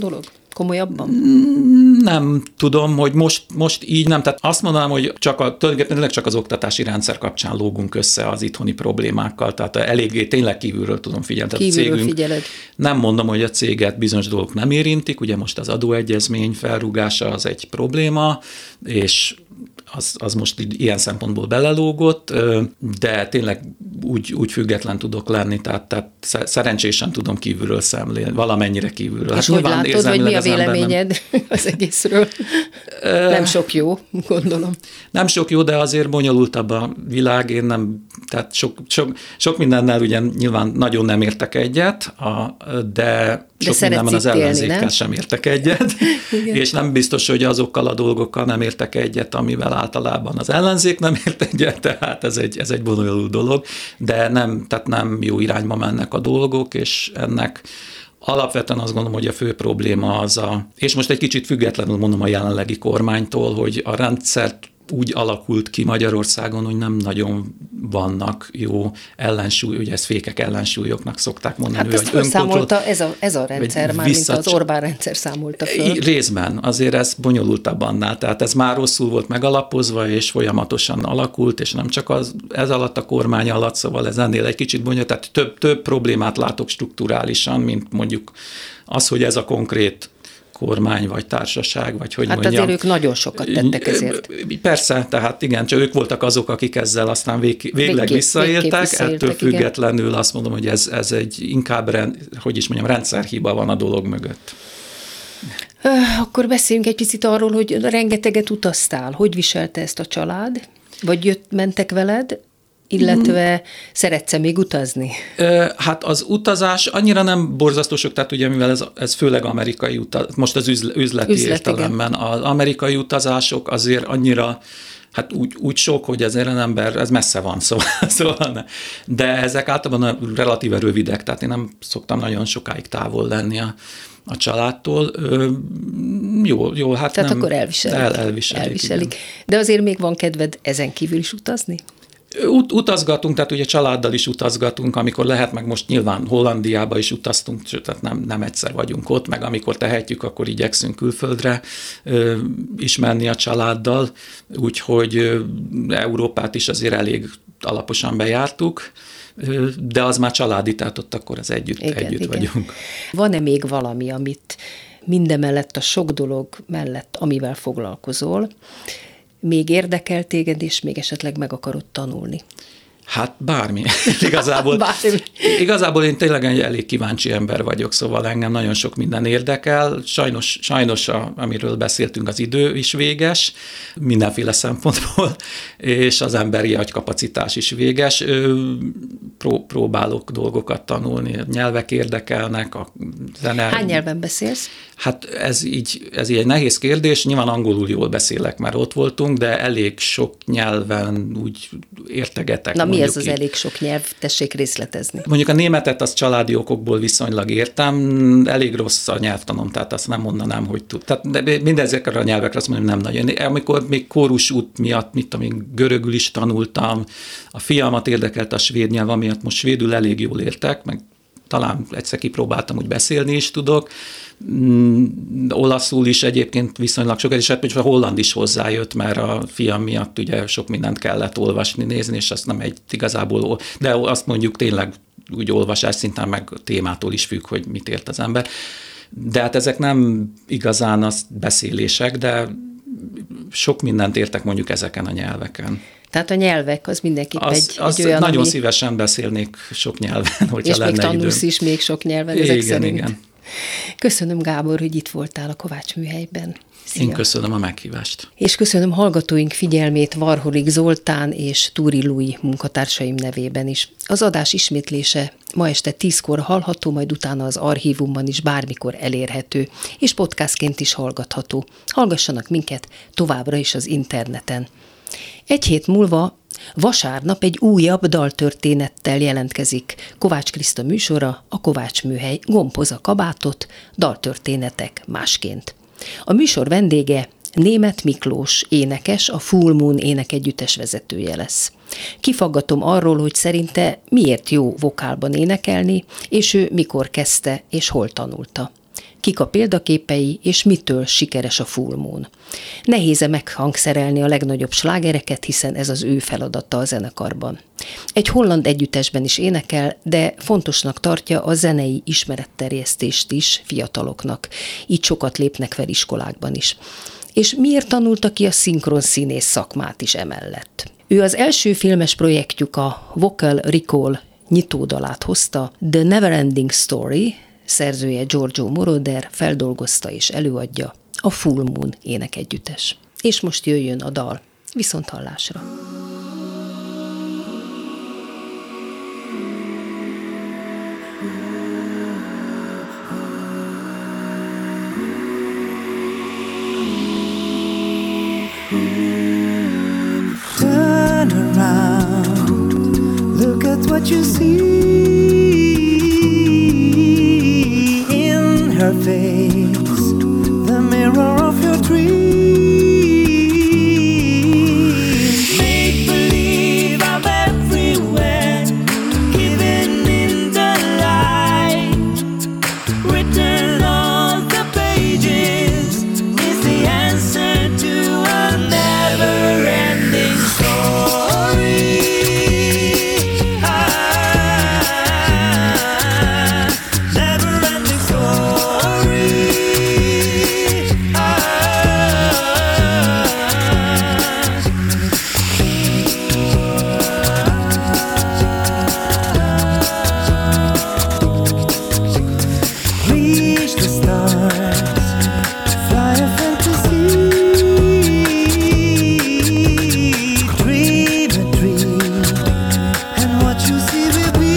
komolyabban? Nem tudom, hogy most így nem. Tehát azt mondanám, hogy tulajdonképpen csak az oktatási rendszer kapcsán lógunk össze az itthoni problémákkal, tehát eléggé tényleg kívülről tudom figyelni. Kívülről figyeled. Nem mondom, hogy a céget bizonyos dolgok nem érintik, ugye most az adóegyezmény felrúgása az egy probléma, és az most ilyen szempontból belelógott, de tényleg úgy független tudok lenni, tehát szerencsésen tudom kívülről szemlélni, valamennyire kívülről. És hogy látod, hogy mi a véleményed az egészről? Nem sok jó, gondolom. Nem sok jó, de azért bonyolultabb a világ, én nem, tehát sok mindennel ugye nyilván nagyon nem értek egyet, de sok mindenben az ellenzékkel sem értek egyet, és nem biztos, hogy azokkal a dolgokkal nem értek egyet, amivel általában az ellenzék nem ért egyet, tehát ez egy bonyolult dolog, de nem jó irányba mennek a dolgok, és ennek alapvetően azt gondolom, hogy a fő probléma az és most egy kicsit függetlenül mondom a jelenlegi kormánytól, hogy a rendszert úgy alakult ki Magyarországon, hogy nem nagyon vannak jó ellensúly, ugye ezt fékek ellensúlyoknak szokták mondani. Hát ezt felszámolta ez a rendszer, mármint az Orbán rendszer számolta föl. Részben, azért ez több annál, tehát ez már rosszul volt megalapozva, és folyamatosan alakult, és nem csak ez alatt a kormány alatt, szóval ez ennél egy kicsit bonyolult, tehát több problémát látok strukturálisan, mint mondjuk az, hogy ez a konkrét kormány, vagy társaság, vagy hogy mondjam. Hát azért ők nagyon sokat tettek ezért. Persze, tehát igen, csak ők voltak azok, akik ezzel aztán végleg visszaéltek, ettől függetlenül igen. Azt mondom, hogy ez egy inkább, rendszerhiba van a dolog mögött. Akkor beszéljünk egy picit arról, hogy rengeteget utaztál. Hogy viselte ezt a család? Vagy mentek veled? Illetve szeretsz még utazni? Hát az utazás annyira nem borzasztó sok, tehát ugye mivel ez főleg amerikai utazás, most az üzleti értelemben az amerikai utazások azért annyira, hát úgy sok, hogy ezért az ember, ez messze van, szóval de ezek általában relatíve rövidek, tehát én nem szoktam nagyon sokáig távol lenni a családtól. Jó, hát tehát nem. akkor elviselik. De azért még van kedved ezen kívül is utazni? Utazgatunk, tehát ugye családdal is utazgatunk, amikor lehet, meg most nyilván Hollandiába is utaztunk, tehát nem egyszer vagyunk ott, meg amikor tehetjük, akkor igyekszünk külföldre is menni a családdal, úgyhogy Európát is azért elég alaposan bejártuk, de az már családi, tehát ott akkor az együtt vagyunk. Van-e még valami, amit mindemellett a sok dolog mellett, amivel foglalkozol, még érdekel téged, és még esetleg meg akarod tanulni? Hát bármi. Igazából én tényleg egy elég kíváncsi ember vagyok, szóval engem nagyon sok minden érdekel. Sajnos amiről beszéltünk, az idő is véges, mindenféle szempontból, és az emberi agykapacitás is véges. Próbálok dolgokat tanulni, nyelvek érdekelnek, a zene. Hány nyelven beszélsz? Hát ez így egy nehéz kérdés, nyilván angolul jól beszélek, mert ott voltunk, de elég sok nyelven úgy értegetek. Na mi ez az elég sok nyelv? Tessék részletezni. Mondjuk a németet az családi okokból viszonylag értem, elég rossz a nyelvtanom, tehát azt nem mondanám, hogy tud. Tehát mindezekre a nyelvekre azt mondom, nem nagyon. Amikor még kórusút miatt, görögül is tanultam, a fiamat érdekelt a svéd nyelv, amiatt most svédül elég jól értek, meg talán egyszer kipróbáltam, úgy beszélni is tudok. Olaszul is egyébként viszonylag sokat, és hát a holland is hozzájött, mert a fiam miatt ugye sok mindent kellett olvasni, nézni, és azt nem igazából, de azt mondjuk tényleg úgy olvasás szinten meg témától is függ, hogy mit ért az ember. De hát ezek nem igazán az beszélések, de sok mindent értek mondjuk ezeken a nyelveken. Tehát a nyelvek az mindenképp egy olyan, nagyon szívesen beszélnék sok nyelven, hogyha és lenne időm. És még tanulsz is még sok nyelven ezek szerint. Igen. Köszönöm, Gábor, hogy itt voltál a Kovács Műhelyben. Szia. Én köszönöm a meghívást. És köszönöm hallgatóink figyelmét Varholik Zoltán és Túri Lui munkatársaim nevében is. Az adás ismétlése ma este 10-kor hallható, majd utána az archívumban is bármikor elérhető, és podcastként is hallgatható. Hallgassanak minket továbbra is az interneten. Egy hét múlva vasárnap egy újabb daltörténettel jelentkezik Kovács Kriszta műsora, a Kovács Műhely. Gomboz a kabátot, daltörténetek másként. A műsor vendége Németh Miklós énekes, a Full Moon énekegyüttes vezetője lesz. Kifaggatom arról, hogy szerinte miért jó vokálban énekelni, és ő mikor kezdte és hol tanulta. Kik a példaképei, és mitől sikeres a Full Moon. Nehéz meghangszerelni a legnagyobb slágereket, hiszen ez az ő feladata a zenekarban. Egy holland együttesben is énekel, de fontosnak tartja a zenei ismeretterjesztést is fiataloknak. Így sokat lépnek fel iskolákban is. És miért tanulta ki a szinkron színész szakmát is emellett? Ő az első filmes projektjük, a Vocal Recall nyitódalát hozta, The Neverending Story, szerzője Giorgio Moroder, feldolgozta és előadja a Full Moon énekegyüttes. És most jöjjön a dal. Viszonthallásra! Turn around, look at what you see in her face, the mirror of your dreams. Make believe I'm everywhere, given in the light, written on the pages is the answer to a never-ending story. Never-ending story. Reach the stars, fly a fantasy, dream a dream, and what you see will be.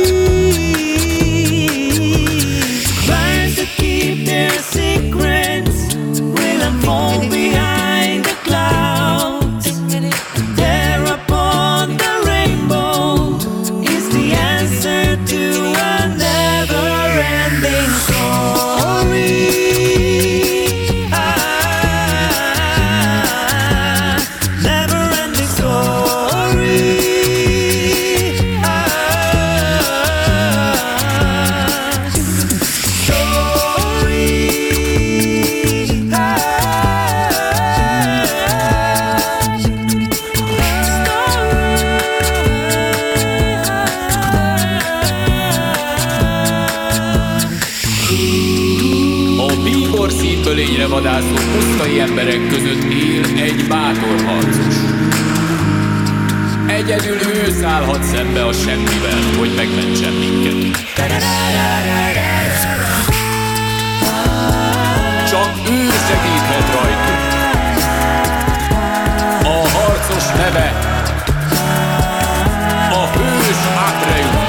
Birds that keep their secrets will unfold behind the clouds. There upon the rainbow is the answer to a never-ending story. Never-ending story. A bíbor szívbölényre vadászó pusztai emberek között él egy bátor harcos. Egyedül ő szállhat szembe a semmivel, hogy megmentsen minket. Csak ő segíthet rajtunk. A harcos neve a hős Atreus.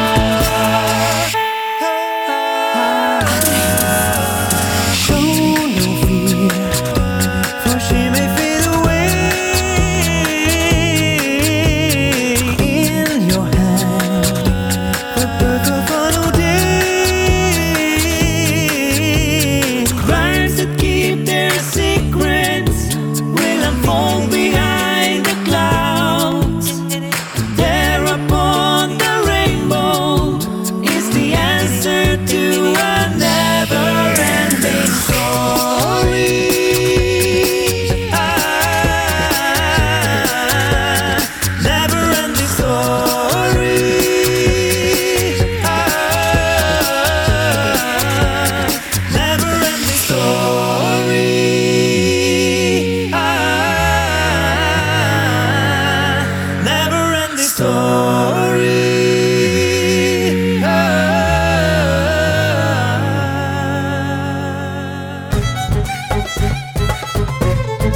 Show no fear, for she may fade away. In your hand, the birth of a new day. Birds that keep their secrets will unfold behind the clouds. There upon the rainbow is the answer to a never-ending story. Never-ending story. Never-ending story. Never-ending story.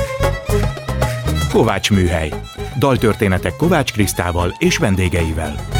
Kovács Műhely. Daltörténetek Kovács Krisztával és vendégeivel.